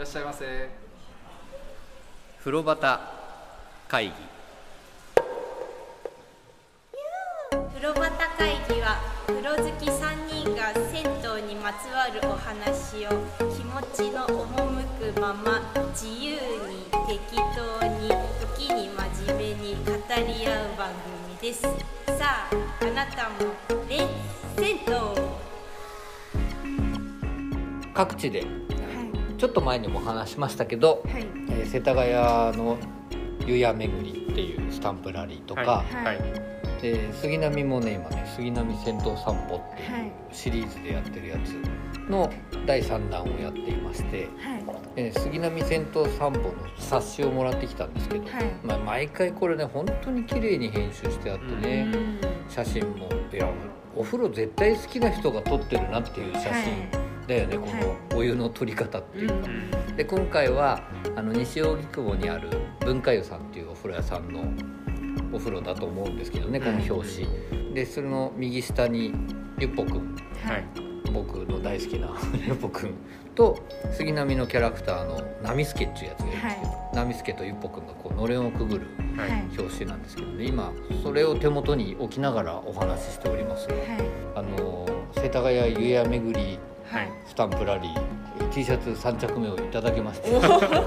しゃいませ。 風呂端会議。 風呂端会議は風呂好き3人が銭湯にまつわるお話を気持ちの赴くまま自由に適当に時に真面目に語り合う番組です。さあ、あなたもレッツ銭湯。 各地でちょっと前にも話しましたけど、世田谷の湯屋巡りっていうスタンプラリーとか、で杉並もね今ね杉並銭湯散歩っていうシリーズでやってるやつの第3弾をやっていまして、杉並銭湯散歩の冊子をもらってきたんですけど、毎回これね本当に綺麗に編集してあってね、写真もいやお風呂絶対好きな人が撮ってるなっていう写真だよね、このお湯の撮り方っていうか、で今回は西荻窪にある文化湯さんっていうお風呂屋さんのお風呂だと思うんですけどね、この表紙でその右下にゆっぽくん、僕の大好きなゆっぽくんと杉並のキャラクターのナミスケっていうやつがいるんですけど、ナミスケとゆっぽくんがこうのれんをくぐる表紙なんですけどね、今それを手元に置きながらお話ししておりますが、世田谷湯屋巡りスタンプラリー T シャツ3着目をいただきまして、もう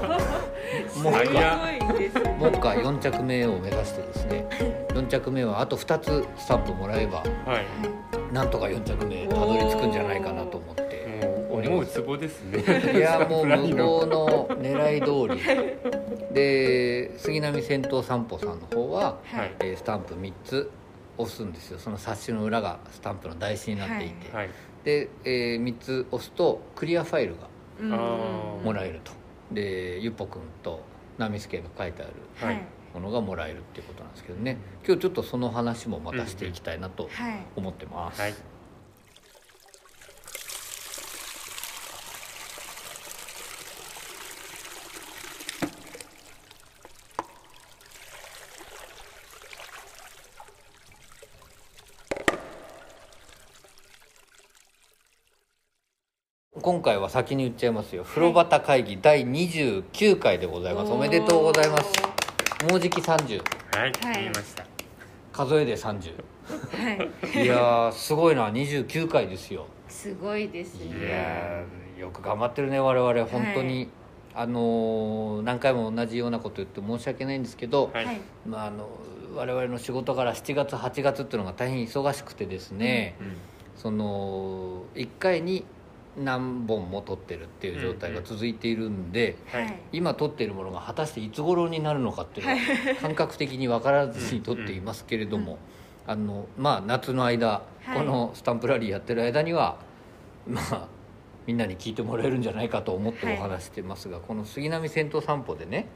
一回4着目を目指してですね、4着目はあと2つスタンプもらえば、なんとか4着目たどり着くんじゃないかなと思っております。 もうツボですね。 いやもう向こうの狙い通りで、杉並銭湯散歩さんの方は、スタンプ3つ押すんですよ。その冊子の裏がスタンプの台紙になっていて、で、3つ押すとクリアファイルがもらえると、でゆっぽくんとナミスケが書いてあるものがもらえるっていうことなんですけどね、今日ちょっとその話もまたしていきたいなと思ってます。今回は先に言っちゃいますよ。風呂端会議第29回でございます。おめでとうございます。もうじき30。 言いました。 数えで30。いやーすごいな、29回ですよ。 すごいですね。 いやーよく頑張ってるね我々本当に、何回も同じようなこと言って申し訳ないんですけど、我々の仕事から7月8月っていうのが大変忙しくてですね、その1回に何本も撮ってるっていう状態が続いているんで、今撮っているものが果たしていつ頃になるのかっていうのは感覚的に分からずに撮っていますけれども、夏の間、このスタンプラリーやってる間にはみんなに聞いてもらえるんじゃないかと思ってお話してますが、この杉並銭湯散歩でね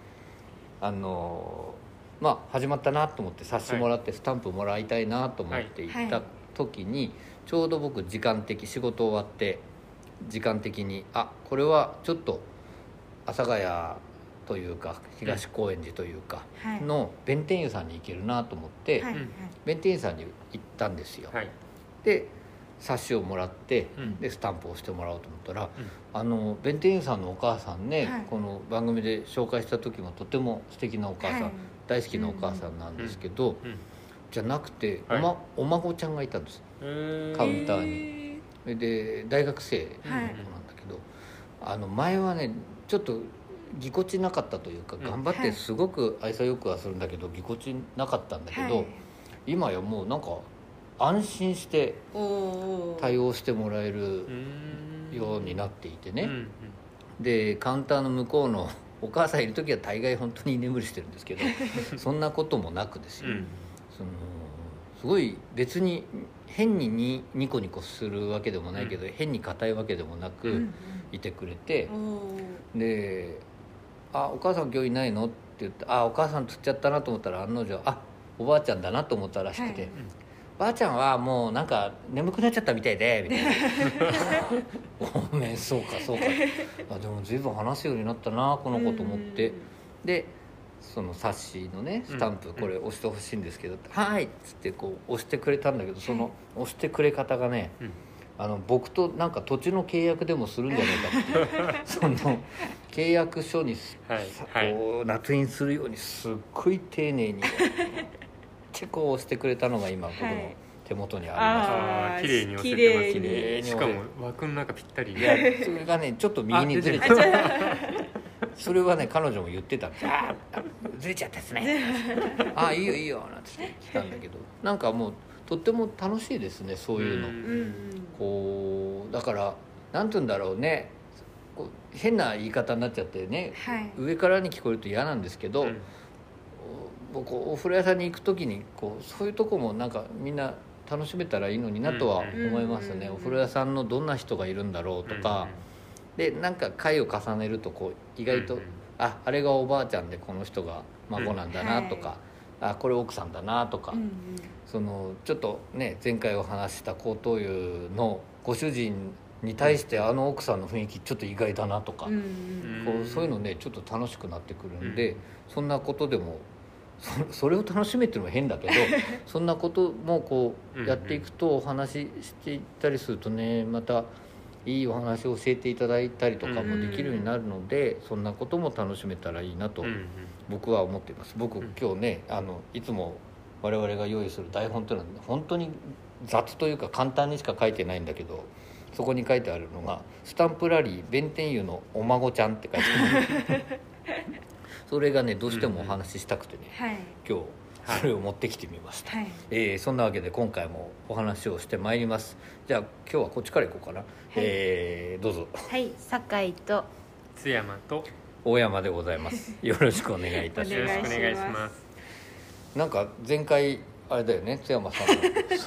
始まったなと思って冊子もらってスタンプもらいたいなと思って行った時に、ちょうど僕仕事終わって時間的にこれはちょっと阿佐ヶ谷というか東高円寺というかの弁天湯さんに行けるなと思って、弁天湯さんに行ったんですよ。で冊子をもらって、でスタンプをしてもらおうと思ったら、弁天湯さんのお母さんね、この番組で紹介した時もとても素敵なお母さん、大好きなお母さんなんですけど、じゃなくてお孫ちゃんがいたんです、カウンターに。で大学生の子なんだけど、前はねちょっとぎこちなかったというか、頑張ってすごく愛想よくはするんだけどぎこちなかったんだけど、今やもうなんか安心して対応してもらえるようになっていてね、でカウンターの向こうのお母さんいる時は大概本当に居眠りしてるんですけどそんなこともなくですよ、すごい別に変にニコニコするわけでもないけど、変に硬いわけでもなくいてくれて、でお母さん今日いないのって言って、お母さん釣っちゃったなと思ったら案の定おばあちゃんだなと思ったらしくて、ばあちゃんはもうなんか眠くなっちゃったみたいでみたいなごめんそうかでも随分話すようになったなこの子と思って、でその冊子のねスタンプ、これ押してほしいんですけど、はいっつってこう押してくれたんだけど、その押してくれ方がね、 僕となんか土地の契約でもするんじゃないかってその契約書にこう捺印するようにすっごい丁寧にチェックをしてくれたのが今僕の手元にありました。 綺麗に寄せてます綺麗にしかも枠の中ぴったり。 いやそれがねちょっと右にずれちゃったそれはね彼女も言ってたんです。ずれちゃったですねいいよいいよなんて言ってきたんだけどなんかもうとっても楽しいですねそういうの、こうだからなんて言うんだろうねこう変な言い方になっちゃってね、上からに聞こえると嫌なんですけど、僕お風呂屋さんに行く時にこうそういうとこもなんかみんな楽しめたらいいのになとは思いますね、お風呂屋さんのどんな人がいるんだろうとか、でなんか回を重ねるとこう意外と、あれがおばあちゃんでこの人が孫なんだなとか、これ奥さんだなとか、そのちょっとね前回お話した高等湯のご主人に対して奥さんの雰囲気ちょっと意外だなとか、こうそういうのねちょっと楽しくなってくるんで、そんなことでもそれを楽しめっていうのも変だけどそんなこともこうやっていくとお話ししていったりするとねまたいいお話を教えていただいたりとかもできるようになるので、そんなことも楽しめたらいいなと僕は思っています。僕今日ねいつも我々が用意する台本というのは本当に雑というか簡単にしか書いてないんだけど、そこに書いてあるのがスタンプラリー弁天湯のお孫ちゃんって書いてあるそれがねどうしてもお話ししたくてね、今日それを持ってきてみました、そんなわけで今回もお話をしてまいります。じゃあ今日はこっちから行こうかな、どうぞ。 酒井と津山と大山でございますよろしくお願いいたします。 よろしくお願いします。 なんか前回あれだよね津山さんの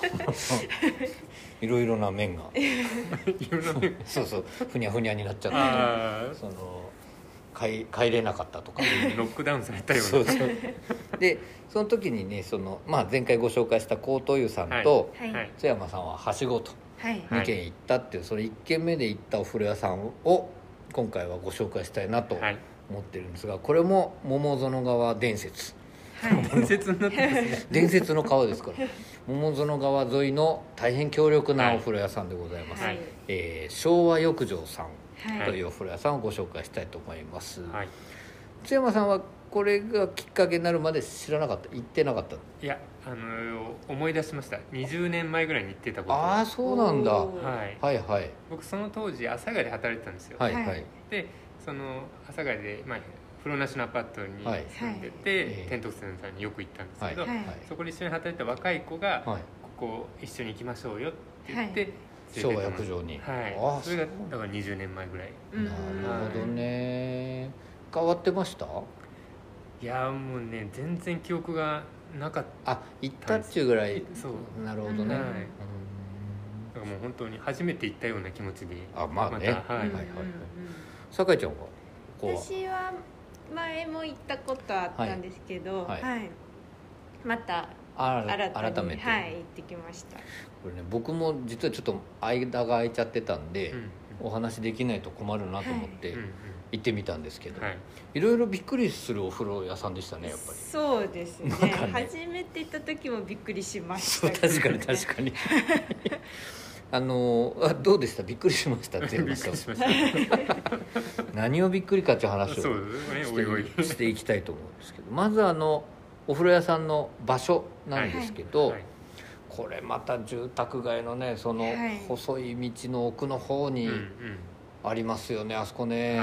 いろいろな面がそうふにゃふにゃになっちゃってその帰れなかったとかロックダウンされたようなそうでその時にね前回ご紹介した高等湯さんと津山さんははしごと2軒行ったっていうそれ1軒目で行ったお風呂屋さんを今回はご紹介したいなと思ってるんですが、これも桃園川伝説伝説になってますね伝説の川ですから桃園川沿いの大変強力なお風呂屋さんでございます、昭和浴場さんというお風呂屋さんをご紹介したいと思います、津山さんはこれがきっかけになるまで知らなかった行ってなかった？ いや思い出しました。20年前ぐらいに行ってたことそうなんだ、はい僕その当時阿佐ヶ谷で働いてたんですよ、でその阿佐ヶ谷で風呂なしのアパートに住んでて、天徳線さんによく行ったんですけど、そこで一緒に働いた若い子が、ここ一緒に行きましょうよって言って、 昭和浴場に、 それがだから20年前ぐらい。 なるほどね。変わってました？ いやもうね全然記憶がなかった。 行ったっちゅうぐらい。 そうなるほどね、 だからもう本当に初めて行ったような気持ちで酒井ちゃんは私は前も行ったことあったんですけど、また改めて、行ってきました。 これね僕も実はちょっと間が空いちゃってたんで、お話できないと困るなと思って行ってみたんですけど、いろいろびっくりするお風呂屋さんでしたねやっぱり。 そうですね初めて行った時もびっくりしました。 確かにどうでした？びっくりしましたって言いました。何をびっくりかっていう話をしていきたいと思うんですけど、まずお風呂屋さんの場所なんですけど、これまた住宅街のねその細い道の奥の方にありますよね、あそこね、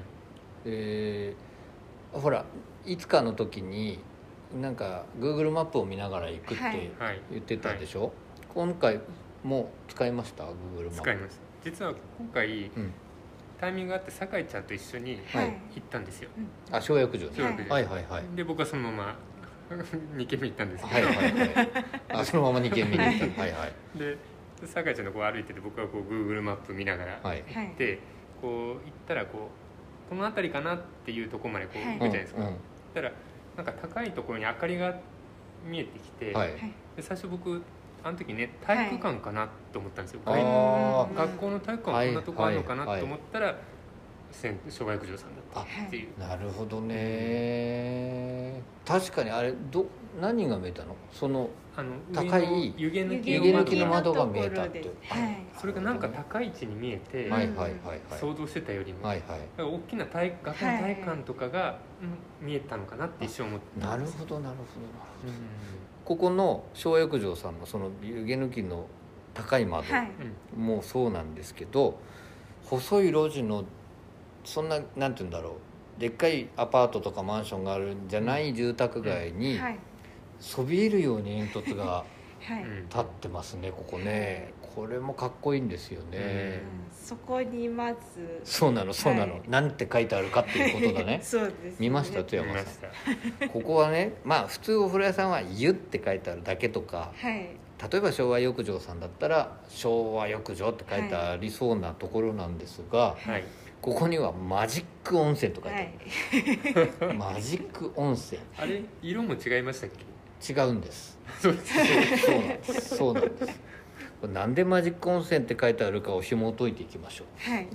ほらいつかの時になんか Google マップを見ながら行くって言ってたでしょ、今回もう使いました Google マップ？ 使います。実は今回、タイミングがあって酒井ちゃんと一緒に行ったんですよ、 昭和浴場に。で僕はそのまま2軒目行ったんですけど、そのまま2軒目に行ったで酒井ちゃんのこう歩いてて僕はこう Google マップ見ながら行って、こう行ったらこの辺りかなっていうところまでこう行くじゃないですか、そしたらなんか高いところに明かりが見えてきて、で最初僕あの時ね体育館かなと思ったんですよ、学校の体育館こんなとこあるのかなと思ったら、 昭和浴場さんだったっていう。 なるほどね。確かにあれ何が見えたの？その高い湯気抜きの窓が見えたって、 それがなんか高い位置に見えて、想像してたよりも、大きな学校の体育館とかが見えたのかなって一瞬思って。 なるほど。ここの昭和浴場さんのその湯気抜きの高い窓もそうなんですけど、細い路地のそんななんて言うんだろう、でっかいアパートとかマンションがあるんじゃない住宅街にそびえるように煙突が立ってますね、ここね。これもかっこいいんですよね。 そこにまずそうなの、なんて書いてあるかっていうことだね。 そうですね。 見ました富山さん。ここはね、まあ普通お風呂屋さんは湯って書いてあるだけとか、例えば昭和浴場さんだったら昭和浴場って書いてありそうなところなんですが、ここにはマジック温泉と書いてある、マジック温泉。 あれ色も違いましたっけ？違うんです。そうなんです。なんでマジック温泉って書いてあるかを紐解いていきましょ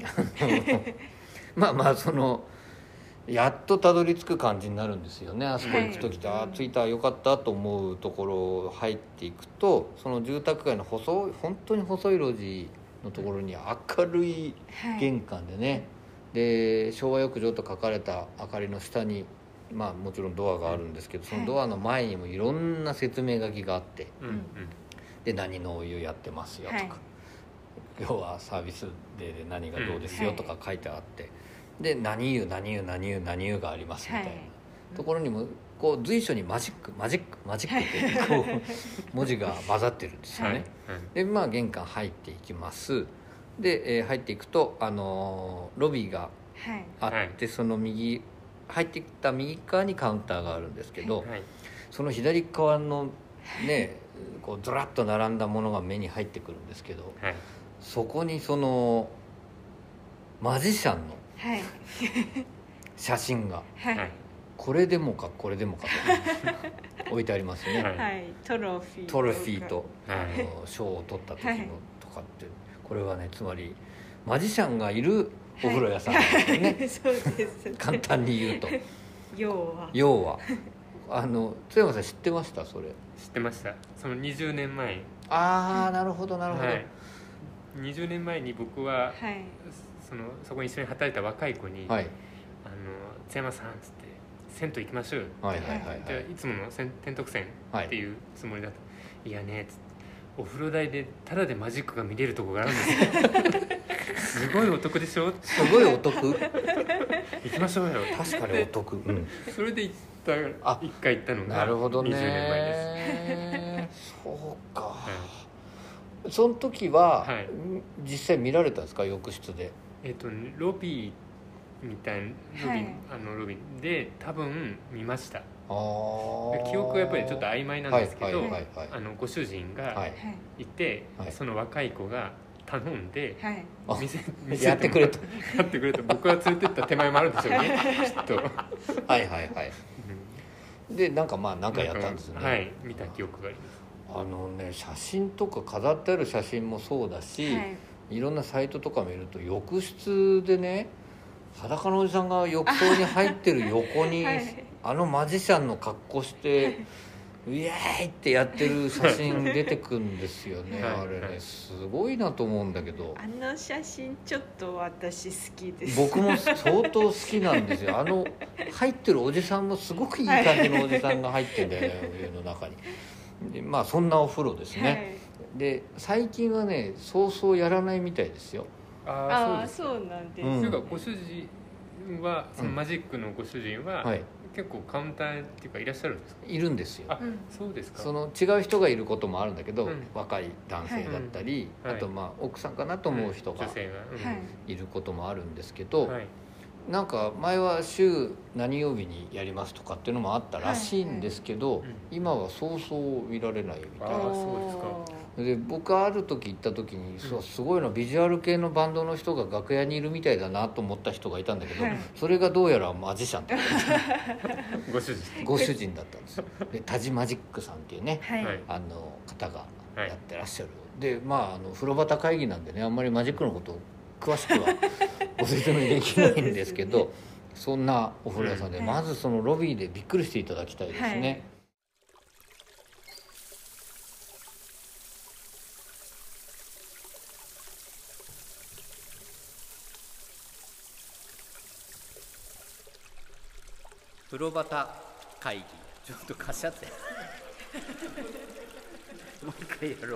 う。まあそのやっとたどり着く感じになるんですよね。あそこ行く時着いたよかったと思うところ入っていくと、その住宅街の本当に細い路地のところに明るい玄関でね、で昭和浴場と書かれた明かりの下にもちろんドアがあるんですけど、そのドアの前にもいろんな説明書きがあって、で何のお湯やってますよとか、要はサービスデーで何がどうですよとか書いてあって、で何湯がありますみたいなところにもこう随所にマジックってこう文字が混ざってるんですよね。で玄関入っていきます。で、入っていくとロビーがあって、その入ってきた右側にカウンターがあるんですけど、その左側のねこうずらっと並んだものが目に入ってくるんですけど、そこにそのマジシャンの写真が、これでもかと置いてありますね。 トロフィーと賞を取った時のとかって、これはねつまりマジシャンがいるお風呂屋さんなんですよね。 そうです。 簡単に言うと要は津山さん知ってました？それ知ってました。その20年前。 なるほど、 20年前に僕は、そこに一緒に働いた若い子に「津山さん」っつって「銭湯行きましょうよ」っていつもの天徳線っていうつもりだった。いやねっつって、お風呂代でタダでマジックが見れるとこがあるんですよ。すごいお得でしょ。 すごいお得。行きましょうよ。 確かにお得。 それで一回行ったのがなるほどね。 20年前です。 そうか。その時は、実際見られたんですか？浴室で。 ロビーみたいなロビーで多分見ました。記憶がやっぱりちょっと曖昧なんですけど、ご主人がいて、その若い子が頼んで、 やってくれと僕は連れてった手前もあるんでしょうね、きっと。 でなんかやったんですね。 見た記憶があります。 写真とか飾ってある写真もそうだし、いろんなサイトとか見ると浴室でね、裸のおじさんが浴槽に入ってる横にマジシャンの格好してウェーイってやってる写真出てくんですよね。あれねすごいなと思うんだけど、 写真ちょっと私好きです。 僕も相当好きなんですよ。入ってるおじさんもすごくいい感じのおじさんが入ってんだよね、お湯の中に。でそんなお風呂ですね。で最近はねそうそうやらないみたいですよ。 そうなんです。 というかご主人はそのマジックのご主人は、結構カウンターっていうかいらっしゃるんですか？ いるんですよ。 そうですか。 その違う人がいることもあるんだけど、若い男性だったり、あと奥さんかなと思う人がいることもあるんですけど、なんか前は週何曜日にやりますとかっていうのもあったらしいんですけど、今はそうそう見られないみたいな。 そうですか。 で僕ある時行った時に、すごいのビジュアル系のバンドの人が楽屋にいるみたいだなと思った人がいたんだけど、それがどうやらマジシャンってご主人だったんですよ。でタジマジックさんっていうね、方がやってらっしゃる。で風呂旗会議なんでね、あんまりマジックのこと詳しくはご説明できないんですけどそんなお風呂屋さんで、まずそのロビーでびっくりしていただきたいですね。風呂端会議、ちょっとかしゃってもう一回やろう。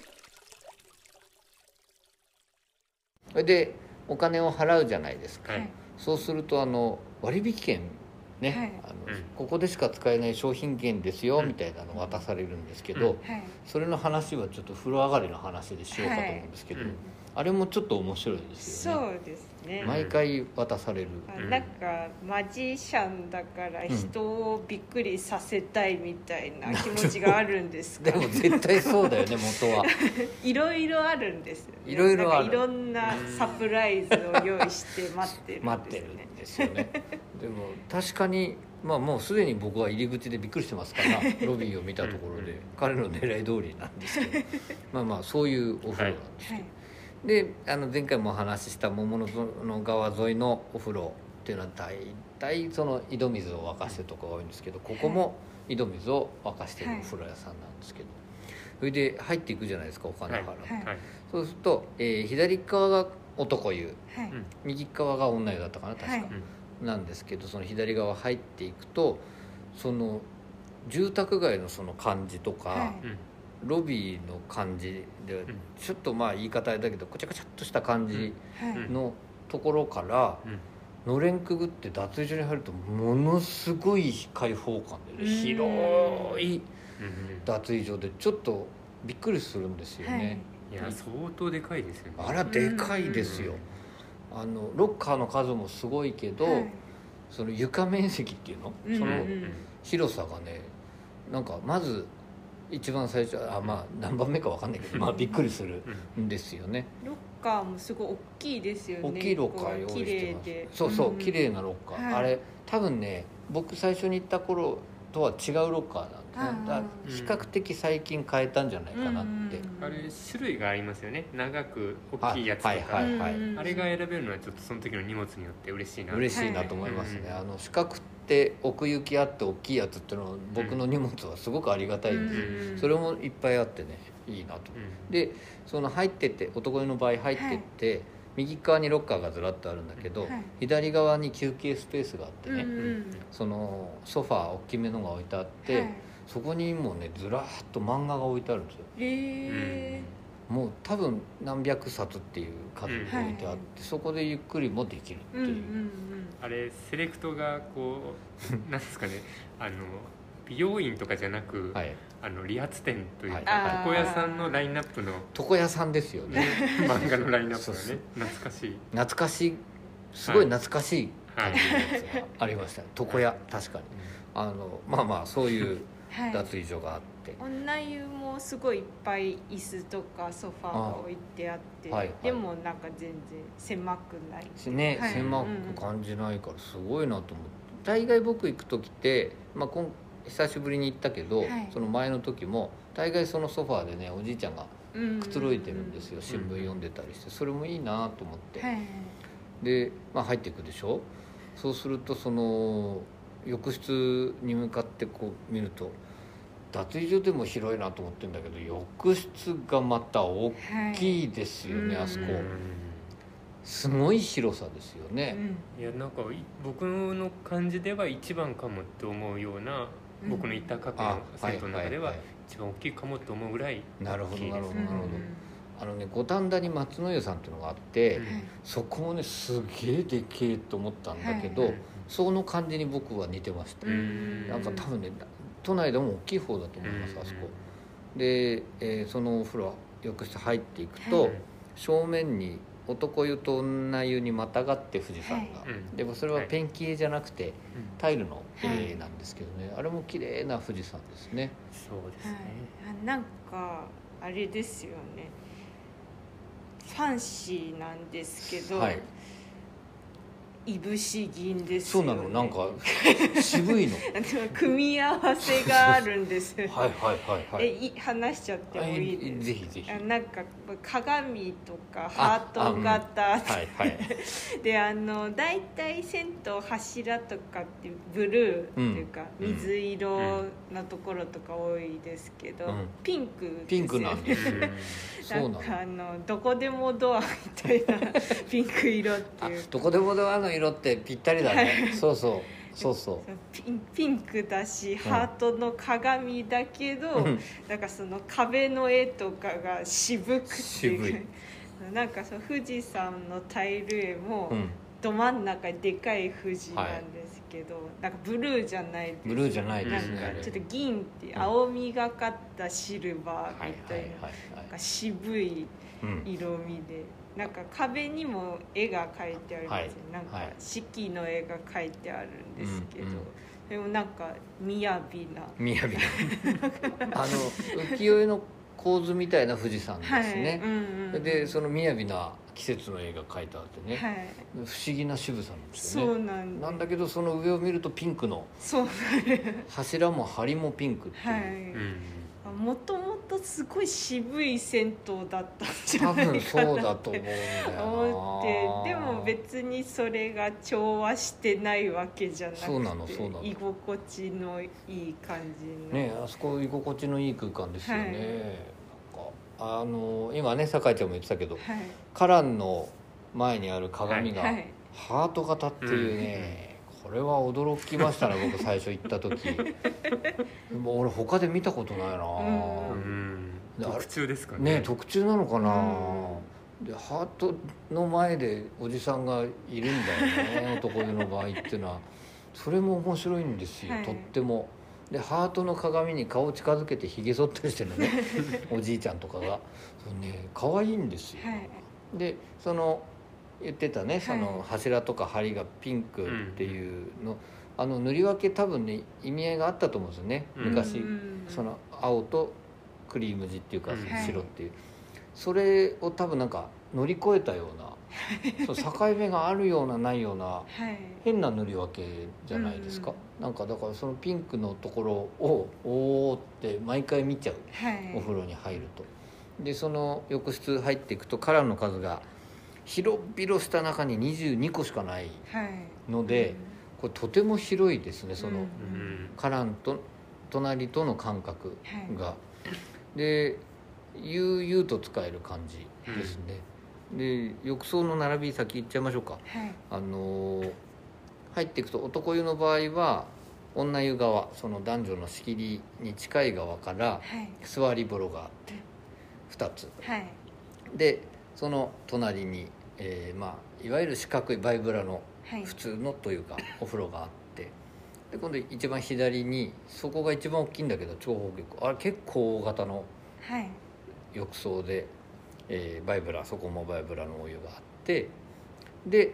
それでお金を払うじゃないですか、そうすると割引券ね、ここでしか使えない商品券ですよみたいなのを渡されるんですけど、それの話はちょっと風呂上がりの話でしようかと思うんですけど、あれもちょっと面白いですよね。 そうですね。 毎回渡される。 なんかマジシャンだから人をびっくりさせたいみたいな気持ちがあるんですか。 でも絶対そうだよね元は。 いろいろあるんですよね。 いろいろある。 いろんなサプライズを用意して待ってるんですよね。 待ってるんですよね。でも確かにもうすでに僕は入り口でびっくりしてますからロビーを見たところで彼の狙い通りなんですけどそういうお風呂なんですけど。で前回もお話しした桃の川沿いのお風呂っていうのは大体その井戸水を沸かしてるとこが多いんですけど、ここも井戸水を沸かしてるお風呂屋さんなんですけど、それで入っていくじゃないですかお金払う、そうすると、左側が男湯、右側が女湯だったかな確か、なんですけど、その左側入っていくとその住宅街のその感じとか、ロビーの感じでちょっと言い方あれだけどこちゃこちゃっとした感じのところからのれんくぐって脱衣所に入るとものすごい開放感で、広い脱衣所でちょっとびっくりするんですよね。 いや相当でかいですよね。 あらでかいですよ。ロッカーの数もすごいけど、その床面積っていうの、その広さがね、なんかまず一番最初何番目か分かんないけどびっくりするんですよね。 ロッカーもすごい大きいですよね。 大きいロッカー用意してます。そう綺麗なロッカー、あれ多分ね僕最初に行った頃とは違うロッカーなんですね。比較的最近変えたんじゃないかなって、 あれ種類がありますよね。長く大きいやつとか、あれが選べるのはちょっとその時の荷物によって嬉しいなと思いますね。四角って奥行きあって大きいやつっていうのは僕の荷物はすごくありがたいんです、それもいっぱいあってねいいなと、でその入ってって男湯の場合入ってって、右側にロッカーがずらっとあるんだけど、左側に休憩スペースがあってね、そのソファー大きめのが置いてあって、そこにもねずらっと漫画が置いてあるんですよ。もう多分何百冊っていう数が置いてあって、そこでゆっくりもできるっていう、 あれセレクトがこうなんですかね、美容院とかじゃなく、理髪店というか、床屋さんのラインナップの床屋さんですよね漫画のラインナップがね懐かしいすごい懐かしい感じのやつがありましたね、床屋確かにそういう脱衣所があって、 女湯もすごいいっぱい椅子とかソファーが置いてあって、でもなんか全然狭くないね、狭く感じないからすごいなと思って、大概僕行く時って久しぶりに行ったけど、その前の時も大概そのソファーでねおじいちゃんがくつろいでるんですよ、新聞読んでたりして、それもいいなと思って、で、入っていくでしょ。そうするとその浴室に向かってこう見ると脱衣所でも広いなと思ってるんだけど、浴室がまた大きいですよね、あそこすごい広さですよね、 いやなんか僕の感じでは一番かもって思うような、僕の行った過去の銭湯の中では一番大きいかもって思うぐらい大きいです。 なるほど五反田に松の湯さんっていうのがあって、そこもねすげえでけえと思ったんだけど、その感じに僕は似てました。なんか多分ね都内でも大きい方だと思います、あそこで、そのお風呂浴室入っていくと、正面に男湯と女湯にまたがって富士山が、でもそれはペンキ絵じゃなくて、タイルの絵なんですけどね、あれも綺麗な富士山ですね。 そうですね、 なんかあれですよね、ファンシーなんですけど、 いぶし銀ですよね。 そうなの、なんか渋いの組み合わせがあるんですはいはいはいはい。 話しちゃってもいいですか？ ぜひぜひ。 なんか鏡とかハート型はいはい、 でだいたい銭湯柱とかってブルーっていうか、水色のところとか多いですけど、ピンクですよね。 ピンクなんです。 なんかどこでもドアみたいなピンク色っていうどこでもドアの色ってぴったりだねそうピンクだし、ハートの鏡だけど、なんかその壁の絵とかが渋くてなんかその富士山のタイル絵も、ど真ん中にでかい富士なんですけど、なんかブルーじゃないです、 ブルーじゃないですね。 なんかちょっと銀って青みがかったシルバーみたいな、なんか渋い色味で、なんか壁にも絵が描いてありますね、なんか四季の絵が描いてあるんですけど、でもなんか雅な浮世絵の構図みたいな富士山ですね、でその雅な季節の絵が描いてあってね、不思議な渋さなんですよね。 そうなんだけどその上を見るとピンクの柱も梁もピンクっていう、 もともとすごい渋い銭湯だったんじゃないかなって多分そうだと思うんだよ思って、でも別にそれが調和してないわけじゃなくて、 そうなの居心地のいい感じのね、あそこ居心地のいい空間ですよね、なんか今ね酒井ちゃんも言ってたけど、花壇の前にある鏡がハート型っていうね、これは驚きましたね僕最初行った時もう俺他で見たことないな、 特注ですかね。 特注なのかな、でハートの前でおじさんがいるんだよね男湯の場合っていうのはそれも面白いんですよ、とっても。でハートの鏡に顔近づけてひげ剃ったりしてるのねおじいちゃんとかがそうね可愛いんですよ、でその言ってたね、その柱とか梁がピンクっていうの、塗り分け多分ね意味合いがあったと思うんですよね昔、その青とクリーム地っていうか白っていう、それを多分なんか乗り越えたようなその境目があるようなないような変な塗り分けじゃないですか、なんかだからそのピンクのところをおーって毎回見ちゃう、お風呂に入ると。でその浴室入っていくとカラーの数が広々した中に22個しかないので、これとても広いですね、そのカランと隣との間隔が、で悠々と使える感じですね、で浴槽の並び先行っちゃいましょうか、入っていくと男湯の場合は女湯側、その男女の仕切りに近い側から座り風呂があって2つ、でその隣にいわゆる四角いバイブラの普通のというかお風呂があって、で今度一番左にそこが一番大きいんだけど長方形、あれ結構大型の浴槽で、バイブラ、そこもバイブラのお湯があって、で、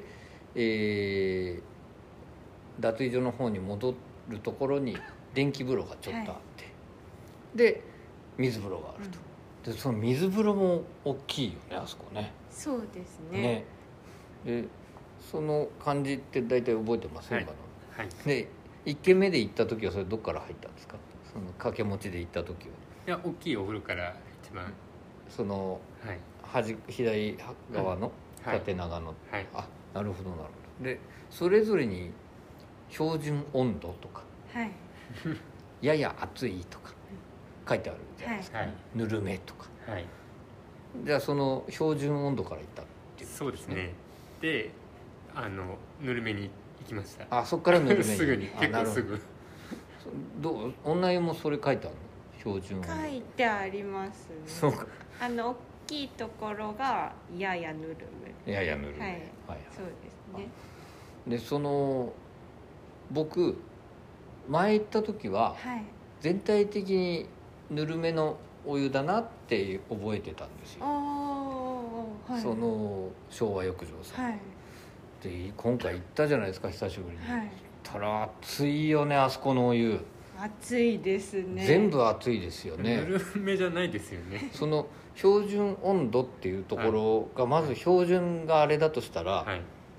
脱衣所の方に戻るところに電気風呂がちょっとあって、で水風呂があると、でその水風呂も大きいよねあそこね。 そうですね。 でその感じって大体覚えてますよ、今の。で1軒目で行った時はそれどっから入ったんですか、その掛け持ちで行った時は。 いや大きいお風呂から一番その、左側の縦長の、あ、なるほどなるほど。でそれぞれに標準温度とか、やや熱いとか書いてあるじゃないですか、ぬるめとか、じゃあその標準温度からいったっていう、 そうですね。でぬるめに行きました。 あ、そっからぬるめにすぐに、結構すぐ。 どう、女湯もそれ書いてあるの、標準温度。 書いてありますね。 そうか。 大きいところがややぬるめ。 ややぬるめ。 そうですね。 でその僕前行った時は、全体的にぬるめのお湯だなって覚えてたんですよ。その昭和浴場さん、で今回行ったじゃないですか久しぶりに、たら暑いよねあそこのお湯。 暑いですね。 全部暑いですよね。 ぬるめじゃないですよね。 その標準温度っていうところがまず標準があれだとしたら、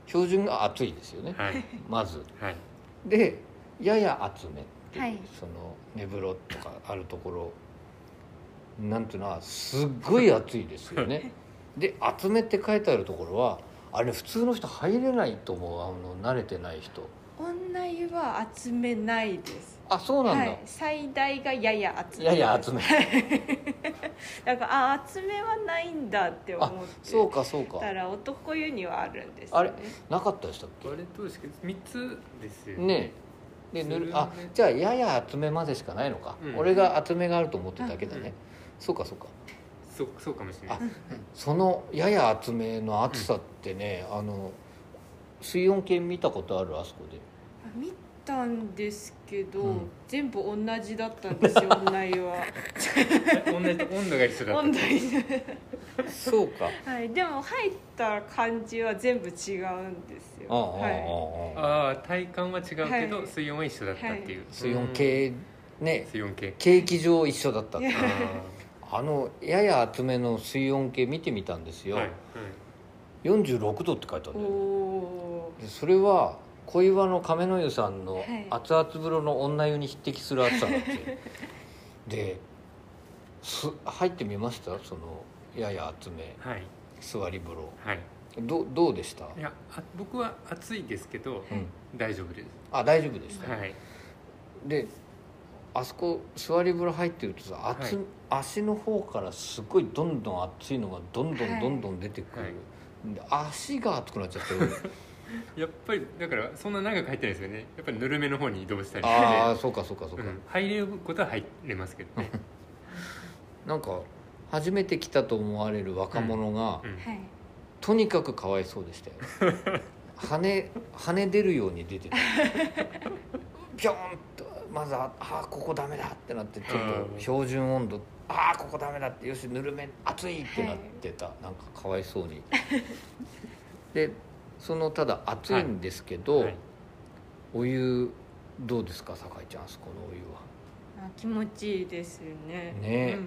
標準が熱いですよね、 はい、 まず、 はい、 でやや厚めっていう、 はい、 その根風呂とかあるところなんていうのはすっごい熱いですよねで厚めって書いてあるところはあれ普通の人入れないと思う、慣れてない人。 女湯は厚めないです。 あ、そうなんだ、 はい、最大がやや厚め。 やや厚めだから厚めはないんだって思って。 そうかそうか。 だから男湯にはあるんですよね。 あれなかったでしたっけ？ あれどうですか？3つですよね。でじゃあやや厚めまでしかないのか、俺が厚めがあると思ってただけだね、そうかそうか。 そうかもしれない。 そのやや厚めの厚さってね、水温計見たことある？あそこで見たんですけど、全部同じだったんですよ女湯は温度が一緒だった。温度一緒そうか、 はい、でも入った感じは全部違うんですよ。 体感は違うけど、はい、水温は一緒だったっていう、 水温計ね、 水温計計器上一緒だったってやや厚めの水温計見てみたんですよ、はい、46度って書いてあるんだよ。でそれは小岩の亀の湯さんの熱々風呂の女湯に匹敵する暑さだってで入ってみました？そのやや厚め、はい、座り風呂、はい、どうでした？ いや僕は暑いですけど、大丈夫です。 大丈夫でした、 はい、 であそこ座り風呂入ってるとさ、足の方からすごいどんどん熱いのがどんどん出てくる、足が熱くなっちゃってるやっぱりだからそんな長く入ってないですよね。やっぱりぬるめの方に移動したりして、 そうか、 入れることは入れますけどねなんか初めて来たと思われる若者が、とにかくかわいそうでしたよ跳ね出るように出てたピョーンとまずここダメだってなって、ちょっと標準温度ここダメだって、よしぬるめ熱いってなってた、なんかかわいそうにでただ暑いんですけど、お湯どうですか酒井ちゃん？あそこのお湯は気持ちいいですよね。 ね、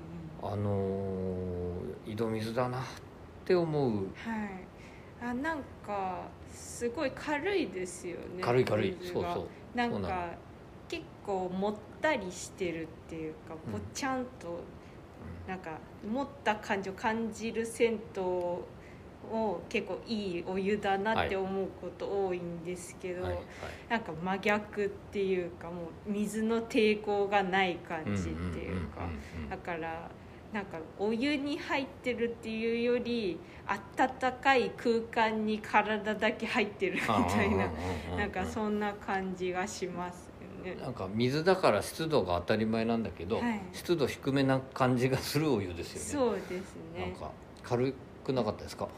井戸水だなって思う。 はい、なんかすごい軽いですよね。 軽いそうなんか結構もったりしてるっていうか、ぽちゃんとなんか持った感じを感じる銭湯を結構いいお湯だなって思うこと多いんですけど、なんか真逆っていうか、もう水の抵抗がない感じっていうか、だからなんかお湯に入ってるっていうより暖かい空間に体だけ入ってるみたいな、なんかそんな感じがしますよね。 なんか水だから湿度が当たり前なんだけど、湿度低めな感じがするお湯ですよね。 そうですね。 なんか軽くなかったですか？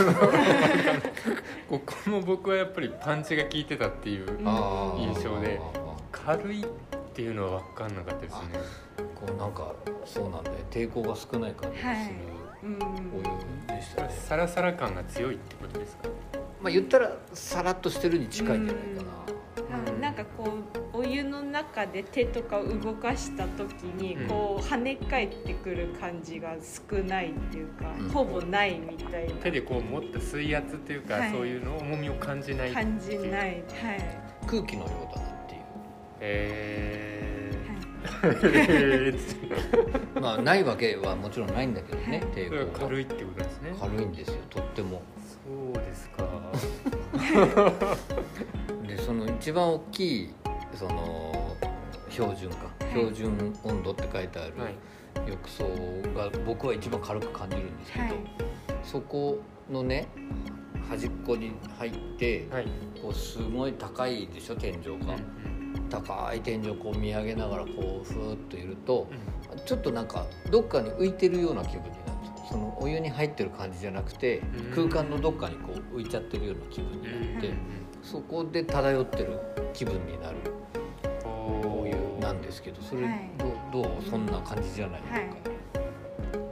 ここも僕はやっぱりパンチが効いてたっていう印象で、軽いっていうのは分かんなかったですね。 こうなんかそうなんだよ、抵抗が少ない感じがするお湯でしたね。 サラサラ感が強いってことですか？ 言ったらサラッとしてるに近いんじゃないかな。 なんかこうお湯の中で手とか動かした時にこう跳ね返ってくる感じが少ないっていうか、ほぼないみたいな。 手でこう持った水圧っていうか、そういうの重みを感じない。 感じない。 空気のようだなっていう。ないわけはもちろんないんだけどね、抵抗が軽いってことですね。 軽いんですよ、とっても。 そうですかで一番大きい標準温度って書いてある浴槽が僕は一番軽く感じるんですけど、そこのね端っこに入って、こうすごい高いでしょ、天井が。高い天井をこう見上げながらこうふーっといると、ちょっとなんかどっかに浮いてるような気分になるんですよ。そのお湯に入ってる感じじゃなくて、空間のどっかにこう浮いちゃってるような気分になって、そこで漂ってる気分になるお湯なんですけど、それどうそんな感じじゃない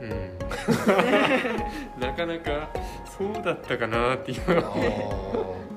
ですか？ なかなかそうだったかなっていう